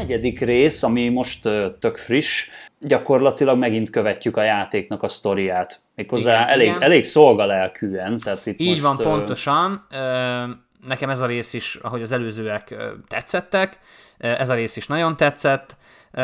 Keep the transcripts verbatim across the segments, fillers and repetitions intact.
negyedik rész, ami most tök friss, gyakorlatilag megint követjük a játéknak a sztoriát. Méghozzá igen, elég, igen. elég szolgalelkűen. Tehát itt így most, van, pontosan. Nekem ez a rész is, ahogy az előzőek tetszettek, ez a rész is nagyon tetszett,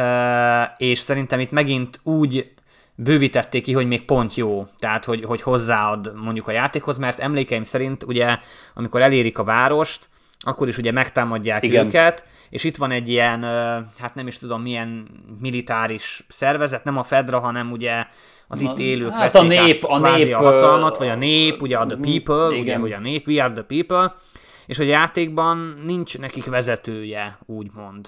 és szerintem itt megint úgy bővítették ki, hogy még pont jó, tehát hogy, hogy hozzáad mondjuk a játékhoz, mert emlékeim szerint ugye, amikor elérik a várost, akkor is ugye megtámadják igen. őket, és itt van egy ilyen, hát nem is tudom milyen militáris szervezet, nem a Fedra, hanem ugye az itt élők hát a nép, a nép, a hatalmat, vagy a nép, ugye a the people, ugye, ugye a nép, we are the people, és a játékban nincs nekik vezetője, úgymond.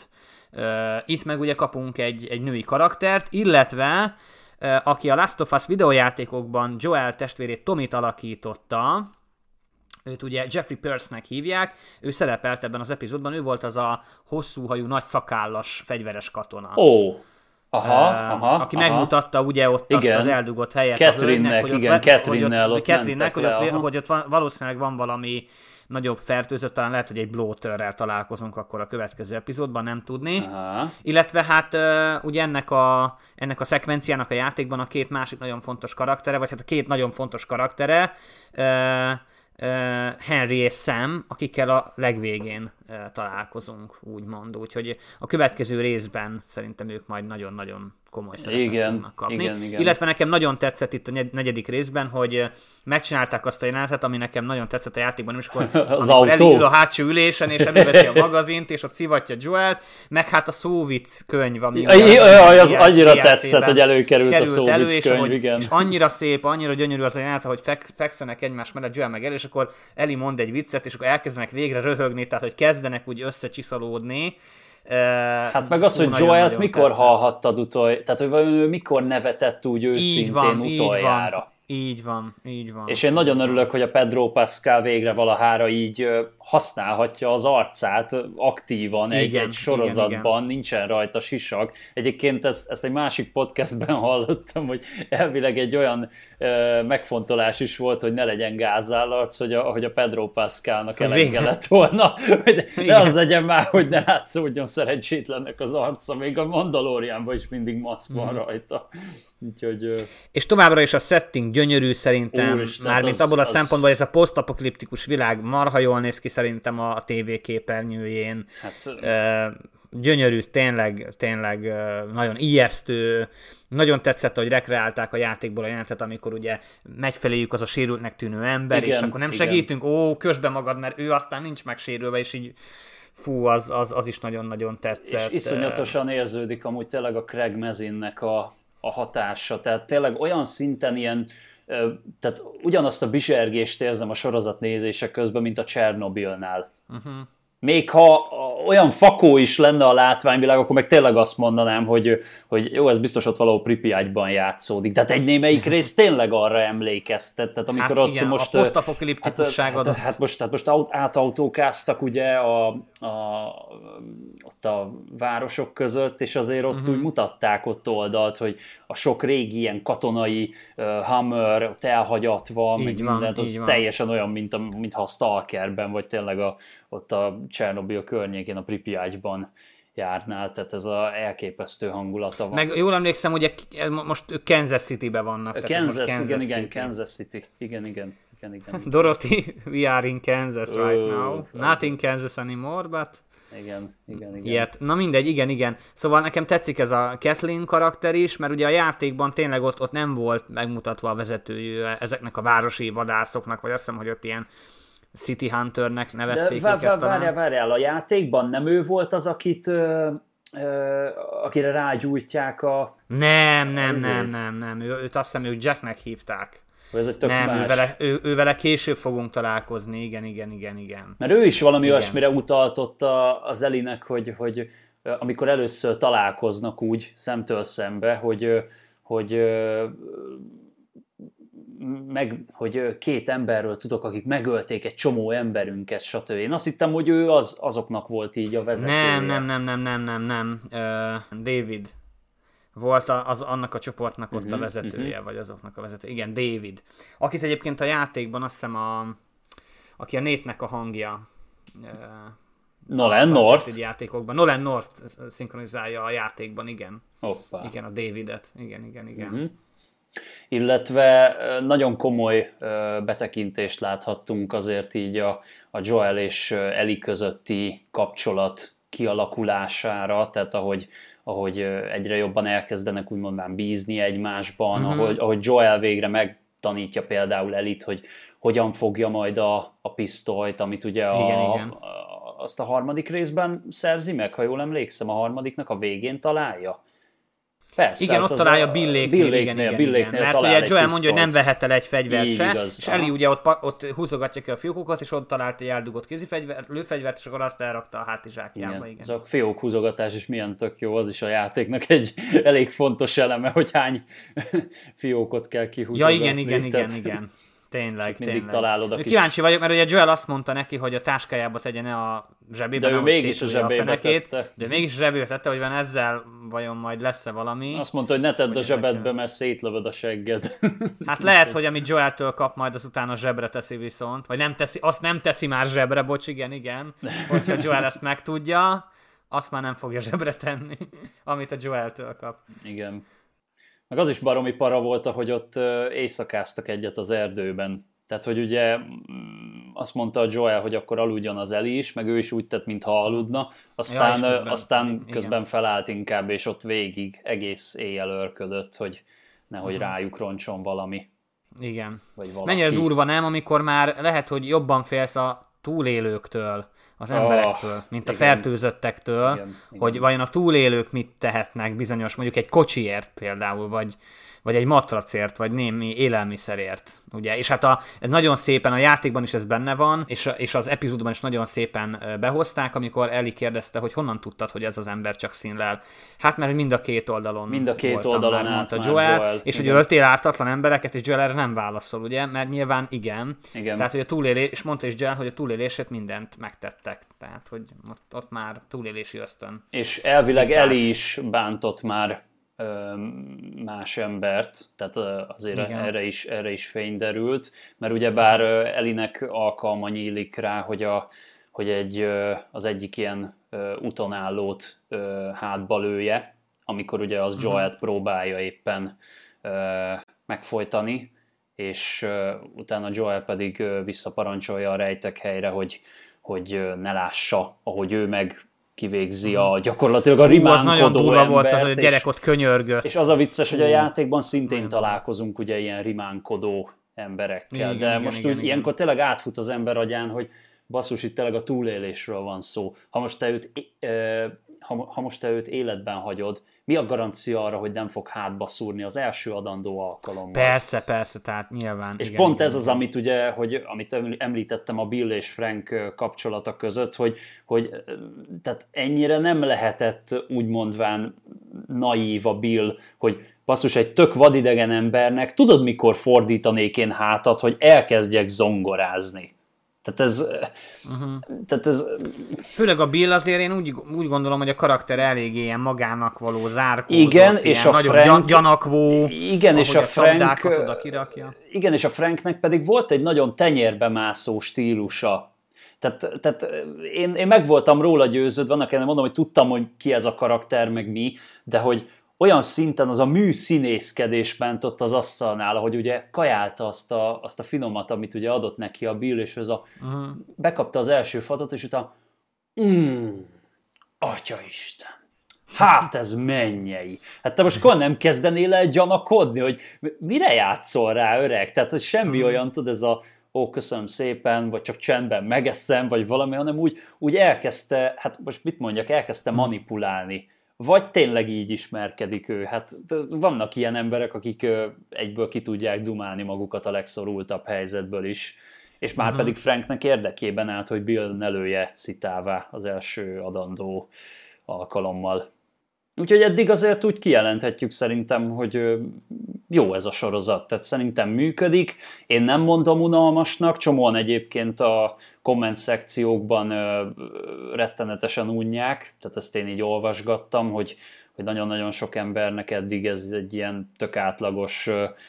Itt meg ugye kapunk egy, egy női karaktert, illetve aki a Last of Us videójátékokban Joel testvérét Tomit alakította, őt ugye Jeffrey Pierce-nek hívják, ő szerepelt ebben az epizódban, ő volt az a hosszúhajú, nagy szakállas, fegyveres katona. Ó, aha, uh, aha, aki aha. megmutatta ugye ott igen. azt az eldugott helyet Catherine-nek, a hölgynek, hogy igen, ott, Catherine-nel hogy ott, ott, Catherine-nek, le, hogy ott, hogy ott van, valószínűleg van valami nagyobb fertőzött, talán lehet, hogy egy bloaterrel találkozunk akkor a következő epizódban, nem tudni. Aha. Illetve hát uh, ugye ennek a, ennek a szekvenciának a játékban a két másik nagyon fontos karaktere, vagy hát a két nagyon fontos karaktere, uh, uh, Henry és Sam, akikkel a legvégén uh, találkozunk, úgymond. Úgyhogy a következő részben szerintem ők majd nagyon-nagyon komoly szerepet igen, fognak kapni. Igen, igen. Illetve nekem nagyon tetszett itt a negyedik részben, hogy megcsinálták azt a jelenetet, ami nekem nagyon tetszett a játékban, és akkor, amikor elindul a hátsó ülésen, és előveszi a magazint, és ott szivatja Joelt, meg hát a szóvic könyv, ami... Jaj, az, az annyira tetszett, hogy előkerült a szóvic elő, könyv, hogy, igen. És annyira szép, annyira gyönyörű az a jelenet, hogy fek, fekszenek egymás mellett Joel meg elő, és akkor Eli mond egy viccet, és akkor elkezdenek végre röhögni, tehát hogy kezdenek úgy összecsiszolódni. Hát meg az, hogy Joelt mikor tetszett. Hallhattad utol, tehát hogy mikor nevetett úgy őszintén van, utoljára. Így van, így van. És én nagyon örülök, hogy a Pedro Pascal végre valahára így használhatja az arcát aktívan egy, igen, egy sorozatban, igen, igen. Nincsen rajta sisak. Egyébként ezt, ezt egy másik podcastben hallottam, hogy elvileg egy olyan ö, megfontolás is volt, hogy ne legyen gázállarc, hogy a, hogy a Pedro Pascalnak elege lett volna. De, de az legyen már, hogy ne látszódjon szerencsétlennek az arca, még a Mandalorianban is mindig maszk van mm. rajta. Úgyhogy, és továbbra is a setting gyönyörű szerintem, mármint abból a az... szempontból, hogy ez a posztapokaliptikus világ marha jól néz ki szerintem a tévéképernyőjén. Hát, uh, gyönyörű, tényleg, tényleg uh, nagyon ijesztő, nagyon tetszett, hogy rekreálták a játékból a jelenetet, amikor ugye megy feléjük az a sérültnek tűnő ember, igen, és akkor nem igen. segítünk, ó, kösd be magad, mert ő aztán nincs megsérülve, és így fú, az, az, az is nagyon-nagyon tetszett. És iszonyatosan érződik amúgy tényleg a Craig Mazinnek a a hatása, tehát tényleg olyan szinten ilyen, tehát ugyanazt a bizsergést érzem a sorozat nézése közben, mint a Csernobilnál. Uh-huh. Még ha olyan fakó is lenne a látványvilág, akkor meg tényleg azt mondanám, hogy, hogy jó, ez biztos ott valahol Pripyatban játszódik. De hát egy némelyik rész tényleg arra emlékeztet. Tehát amikor hát ott igen, most, a posztapokaliptikusságod. Hát, hát, hát, most, hát most átautókáztak ugye a, a, ott a városok között, és azért ott uh-huh. úgy mutatták ott oldalt, hogy a sok régi ilyen katonai uh, Hummer ott elhagyatva, meg mindent, az teljesen olyan, mint a, mintha a Stalkerben, vagy tényleg a, ott a Csernobil környékén, a Pripyatban járnál, tehát ez a elképesztő hangulata van. Meg jól emlékszem, ugye most Kansas City-ben vannak. Kansas, Kansas igen, City. igen, Kansas City. Igen, igen, igen, igen. Dorothy, we are in Kansas right oh, now. Not in Kansas anymore, but... Igen, igen, igen. Ilyet. Na mindegy, igen, igen. Szóval nekem tetszik ez a Kathleen karakter is, mert ugye a játékban tényleg ott, ott nem volt megmutatva a vezetőjű ezeknek a városi vadászoknak, vagy azt hiszem, hogy ott ilyen City Hunternek nevezték de, őket. Várjál, várjál, a játékban nem ő volt az, akit, ö, ö, akire rágyújtják a... Nem, nem, nem, nem, nem. Ő, őt azt hiszem, ők Jacknek hívták. Ez egy tök nem, más. ő vele, ő, ő vele később fogunk találkozni, igen, igen, igen, igen. Mert ő is valami olyasmire utaltott az Elinek, hogy, hogy amikor először találkoznak úgy szemtől szembe, hogy, hogy meg, hogy két emberről tudok, akik megölték egy csomó emberünket, stb. Én azt hittem, hogy ő az, azoknak volt így a vezetője. Nem, nem, nem, nem, nem, nem, nem. Uh, David volt az, annak a csoportnak ott uh-huh, a vezetője, uh-huh. vagy azoknak a vezetője. Igen, David. Akit egyébként a játékban azt hiszem, a, aki a Nate-nek a hangja. Uh, Nolan North? játékokban. Nolan North szinkronizálja a játékban, igen. Hoppá. Igen, a Davidet. Igen, igen, igen. Uh-huh. Illetve nagyon komoly betekintést láthattunk azért így a, a Joel és Ellie közötti kapcsolat kialakulására, tehát ahogy, ahogy egyre jobban elkezdenek úgymond már bízni egymásban, uh-huh. ahogy, ahogy Joel végre megtanítja például Ellie-t, hogy hogyan fogja majd a, a pisztolyt, amit ugye a, igen, igen. A, azt a harmadik részben szerzi meg, ha jól emlékszem, a harmadiknak a végén találja. Persze, igen, hát ott találja Billéknél, Billéknél, igen, igen, Billéknél igen. Mert ugye Joel mondja, hogy nem vehet el egy fegyvert se, igaz, és Ellie ugye ott, ott húzogatja ki a fiókokat, és ott talált egy eldugott kézifegyver, lőfegyvert, és akkor azt elrakta a hátizsákjába. Igen, igen. Ez a fiók húzogatás is milyen tök jó, az is a játéknak egy elég fontos eleme, hogy hány fiókot kell kihúzogatni. Ja, igen, igen, igen, igen. Tényleg, mindig tényleg. találod a kis... Kíváncsi vagyok, mert ugye Joel azt mondta neki, hogy a táskájába tegye a zsebébe, de ő mégis a zsebébe a tette. De mégis a zsebébe tette, hogy van ezzel vajon majd lesz-e valami. Azt mondta, hogy ne tedd a zsebedbe, mert szétlövöd a segged. Hát lehet, hogy amit Joeltől kap, majd azután a zsebre teszi viszont, vagy nem teszi, azt nem teszi már zsebre, bocs, igen, igen. Hogyha Joel ezt megtudja, azt már nem fogja zsebre tenni, amit a Joeltől kap. Igen. Meg az is baromi para volt, hogy ott éjszakáztak egyet az erdőben. Tehát, hogy ugye azt mondta a Joel, hogy akkor aludjon az Ellie is, meg ő is úgy tett, mintha aludna. Aztán, ja, közben, aztán közben felállt inkább, és ott végig egész éjjel őrködött, hogy nehogy uh-huh. rájuk roncson valami. Igen. Vagy valaki. Mennyire durva, nem? Amikor már lehet, hogy jobban félsz a túlélőktől, az emberektől, oh, mint igen. a fertőzöttektől, igen, hogy igen. vajon a túlélők mit tehetnek bizonyos, mondjuk egy kocsiért például, vagy, vagy egy matracért, vagy némi élelmiszerért, ugye? És hát a, nagyon szépen a játékban is ez benne van, és, és az epizódban is nagyon szépen behozták, amikor Ellie kérdezte, hogy honnan tudtad, hogy ez az ember csak színlel. Hát mert mind a két oldalon Mind a két oldalon át mondta Joel, Joel, és igen. hogy öltél ártatlan embereket, és Joel erre nem válaszol, ugye? Mert nyilván igen. igen. Tehát, hogy a túlélés, és mondta is Joel, hogy a túlélését mindent megtettek. Tehát, hogy ott, ott már túlélési ösztön. És elvileg Ellie is bántott már más embert, tehát azért erre is, erre is fény derült, mert ugyebár Ellie-nek alkalma nyílik rá, hogy, a, hogy egy, az egyik ilyen utonállót hátba lője, amikor ugye az Joelt próbálja éppen megfojtani, és utána Joel pedig visszaparancsolja a rejtek helyre, hogy, hogy ne lássa, ahogy ő meg kivégzi a gyakorlatilag a rimánkodó embert. Az nagyon durva volt, az, hogy a gyerek ott könyörgött. És az a vicces, hogy a játékban szintén nagyon találkozunk ugye ilyen rimánkodó emberekkel, igen, de igen, most igen, úgy igen. ilyenkor tényleg átfut az ember agyán, hogy basszus, itt tényleg a túlélésről van szó. Ha most te őt, ha, ha most te őt életben hagyod, mi a garancia arra, hogy nem fog hátba szúrni az első adandó alkalommal? Persze, persze, tehát nyilván. És igen, pont igen, ez az, amit ugye, hogy, amit említettem a Bill és Frank kapcsolata között, hogy, hogy tehát ennyire nem lehetett úgy mondván naív a Bill, hogy basszus, egy tök vadidegen embernek tudod, mikor fordítanék én hátat, hogy elkezdjek zongorázni. Tehát ez, uh-huh. tehát ez... Főleg a Bill azért én úgy, úgy gondolom, hogy a karakter eléggé ilyen magának való, zárkózott, igen, és a nagyon Frank, gyanakvó, igen, és a, a Frank, oda kirakja. Igen, és a Franknek pedig volt egy nagyon tenyérbe mászó stílusa. Tehát, tehát én, én meg voltam róla győződve, annak ellenére mondom, hogy tudtam, hogy ki ez a karakter, meg mi, de hogy olyan szinten az a műszínészkedés ment ott az asztalnál, ahogy ugye kajálta azt a, azt a finomat, amit ugye adott neki a Bill, és az a, uh-huh. bekapta az első fatot, és utána mm, Atyaisten, hát ez mennyei. Hát te most akkor nem kezdenél el gyanakodni, hogy mire játszol rá, öreg? Tehát, hogy semmi uh-huh. olyan, tud ez a ó, köszönöm szépen, vagy csak csendben megeszem, vagy valami, hanem úgy, úgy elkezdte, hát most mit mondjak, elkezdte uh-huh. manipulálni. Vagy tényleg így ismerkedik ő. Hát vannak ilyen emberek, akik egyből ki tudják dumálni magukat a legszorultabb helyzetből is. És már uh-huh. pedig Franknek érdekében állt, hogy Bill ne lője szitává az első adandó alkalommal. Úgyhogy eddig azért úgy kijelenthetjük szerintem, hogy jó ez a sorozat, tehát szerintem működik. Én nem mondom unalmasnak, csomóan egyébként a komment szekciókban rettenetesen unják, tehát ezt én így olvasgattam, hogy, hogy nagyon-nagyon sok embernek eddig ez egy ilyen tök átlagos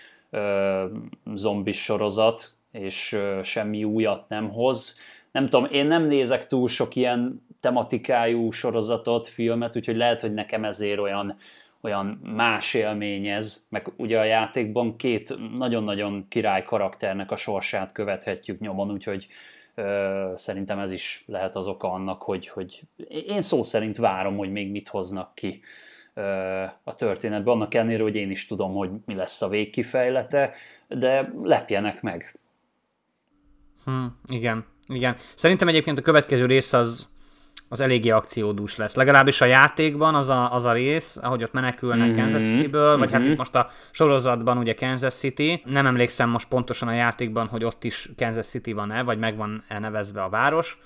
zombis sorozat, és semmi újat nem hoz. Nem tudom, én nem nézek túl sok ilyen tematikájú sorozatot, filmet, úgyhogy lehet, hogy nekem ezért olyan, olyan más élmény ez, meg ugye a játékban két nagyon-nagyon király karakternek a sorsát követhetjük nyomon, úgyhogy ö, szerintem ez is lehet az oka annak, hogy, hogy én szó szerint várom, hogy még mit hoznak ki ö, a történetben, annak ellenére, hogy én is tudom, hogy mi lesz a végkifejlete, de lepjenek meg. Hmm, igen, igen. Szerintem egyébként a következő rész az, az eléggé akciódús lesz. Legalábbis a játékban az a, az a rész, ahogy ott menekülnek mm-hmm. Kansas Cityből, vagy mm-hmm. hát itt most a sorozatban ugye Kansas City. Nem emlékszem most pontosan a játékban, hogy ott is Kansas City van-e, vagy meg van elnevezve a város,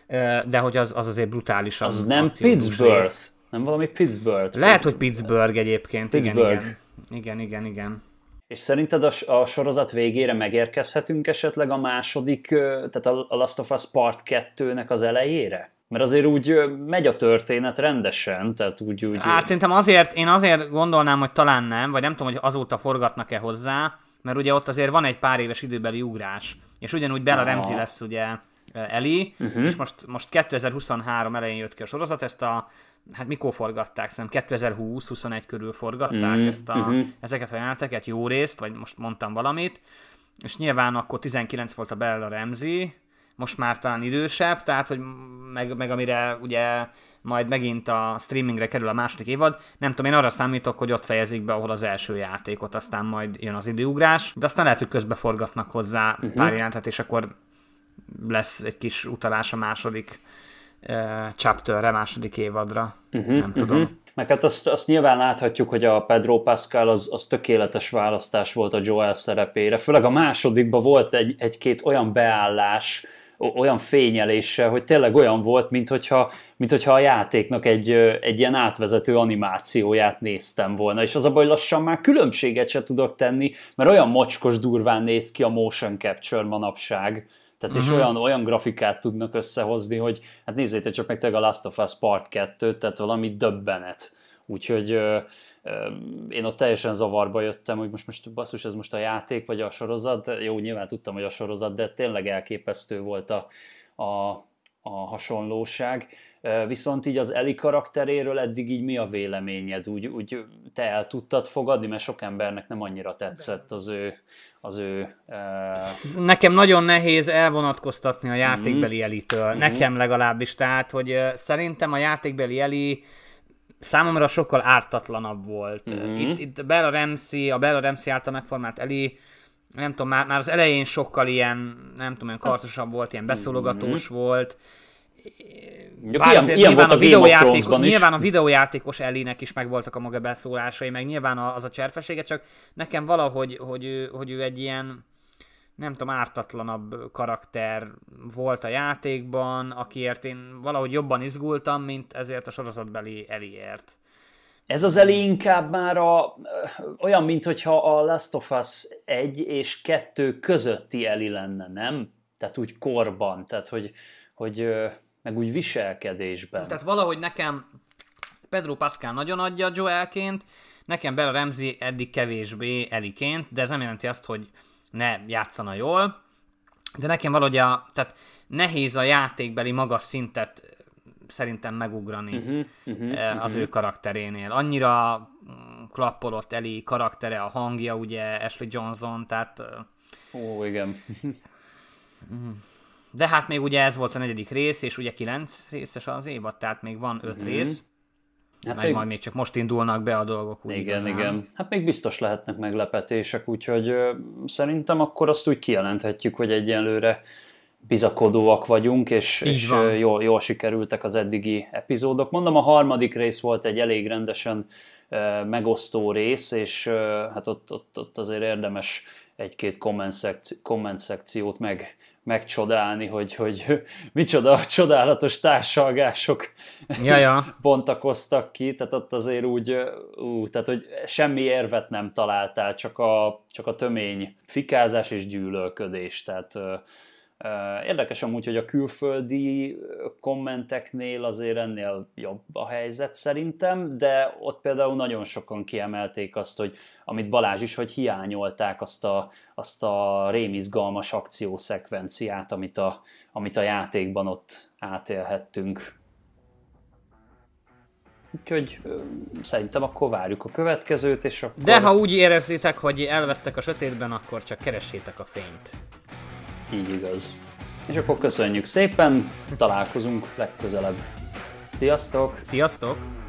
de hogy az, az azért brutálisan az nem Pittsburgh. Rész. Nem valami Pittsburgh. Lehet, hogy Pittsburgh egyébként. Pittsburgh. Igen, igen, igen, igen, igen. És szerinted a, a sorozat végére megérkezhetünk esetleg a második, tehát a Last of Us Part kettőnek az elejére? Mert azért úgy megy a történet rendesen, tehát úgy... úgy... Hát szerintem azért, én azért gondolnám, hogy talán nem, vagy nem tudom, hogy azóta forgatnak-e hozzá, mert ugye ott azért van egy pár éves időbeli ugrás, és ugyanúgy Bella Ramsey lesz ugye Ellie, uh-huh. és most, most kétezer-huszonhárom elején jött ki a sorozat, ezt a hát mikor forgatták? Szerintem kétezer-húsz-huszonegy körül forgatták mm, ezt a, uh-huh. ezeket a jeleneteket, jó részt, vagy most mondtam valamit, és nyilván akkor tizenkilenc volt a Bella Ramsey, most már talán idősebb, tehát hogy meg, meg amire ugye majd megint a streamingre kerül a második évad, nem tudom, én arra számítok, hogy ott fejezik be, ahol az első játékot, aztán majd jön az időugrás, de aztán lehet, hogy közbe forgatnak hozzá uh-huh. pár jelentet, és akkor lesz egy kis utalás a második chapterre, második évadra. Uh-huh, nem tudom. Uh-huh. Meg hát azt, azt nyilván láthatjuk, hogy a Pedro Pascal az, az tökéletes választás volt a Joel szerepére. Főleg a másodikban volt egy, egy-két olyan beállás, olyan fényelése, hogy tényleg olyan volt, mint hogyha, mint hogyha a játéknak egy, egy ilyen átvezető animációját néztem volna. És az a baj, lassan már különbséget se tudok tenni, mert olyan mocskos durván néz ki a motion capture manapság. Tehát uh-huh. és olyan, olyan grafikát tudnak összehozni, hogy hát nézzétek csak meg tényleg a Last of Us Part kettő, tehát valami döbbenet. Úgyhogy ö, ö, én ott teljesen zavarba jöttem, hogy most, most basszus, ez most a játék, vagy a sorozat. Jó, nyilván tudtam, hogy a sorozat, de tényleg elképesztő volt a, a, a hasonlóság. Viszont így az Ellie karakteréről eddig így mi a véleményed? Úgy, úgy te el tudtad fogadni, mert sok embernek nem annyira tetszett az ő... Az ő uh... Nekem nagyon nehéz elvonatkoztatni a játékbeli Ellie-től. Mm-hmm. Nekem legalábbis. Tehát, hogy uh, szerintem a játékbeli Ellie számomra sokkal ártatlanabb volt. Mm-hmm. Itt, itt Bella Ramsey, a Bella Ramsey által megformált Ellie, nem tudom, már, már az elején sokkal ilyen, nem tudom, olyan karcosabb volt, ilyen beszólogatós mm-hmm. volt. Bár ilyen, ilyen nyilván, a videójátékos, nyilván a videójátékos Ellie-nek is megvoltak a maga beszólásai, meg nyilván az a cserfessége, csak nekem valahogy, hogy ő, hogy ő egy ilyen, nem tudom, ártatlanabb karakter volt a játékban, akiért én valahogy jobban izgultam, mint ezért a sorozatbeli Ellie-ért. Ez az Ellie inkább már a, olyan, mintha a Last of Us egy és kettő közötti Ellie lenne, nem? Tehát úgy korban, tehát hogy, hogy meg úgy viselkedésben. Tehát valahogy nekem Pedro Pascal nagyon adja Joelként, nekem Bella Ramsey eddig kevésbé Ellie-ként, de ez nem jelenti azt, hogy ne játszana jól, de nekem valahogy a, tehát nehéz a játékbeli magas szintet szerintem megugrani uh-huh, uh-huh, az uh-huh. ő karakterénél. Annyira klappolott Ellie karaktere, a hangja, ugye Ashley Johnson, tehát... Ó, igen. De hát még ugye ez volt a negyedik rész, és ugye kilenc részes az évad, tehát még van öt mm-hmm. rész. Hát meg még... majd még csak most indulnak be a dolgok. Úgy igen, igazán. igen. Hát még biztos lehetnek meglepetések, úgyhogy ö, szerintem akkor azt úgy kijelenthetjük, hogy egyenlőre bizakodóak vagyunk, és, és jól, jól sikerültek az eddigi epizódok. Mondom, a harmadik rész volt egy elég rendesen ö, megosztó rész, és ö, hát ott, ott, ott azért érdemes egy-két komment, szekci- komment szekciót meg megcsodálni, hogy, hogy micsoda csodálatos társalgások Jaja. bontakoztak ki, tehát ott azért úgy, ú, tehát hogy semmi érvet nem találtál, csak a, csak a tömény fikázás és gyűlölködés, tehát ö, ö, érdekes amúgy, hogy a külföldi kommenteknél azért ennél jobb a helyzet szerintem, de ott például nagyon sokan kiemelték azt, hogy amit Balázs is, hogy hiányolták azt a, azt a rémizgalmas akciószekvenciát, amit a, amit a játékban ott átélhettünk. Úgyhogy szerintem akkor várjuk a következőt, és akkor... De ha úgy érezzétek, hogy elvesztek a sötétben, akkor csak keressétek a fényt. Így igaz. És akkor köszönjük szépen, találkozunk legközelebb. Sziasztok! Sziasztok!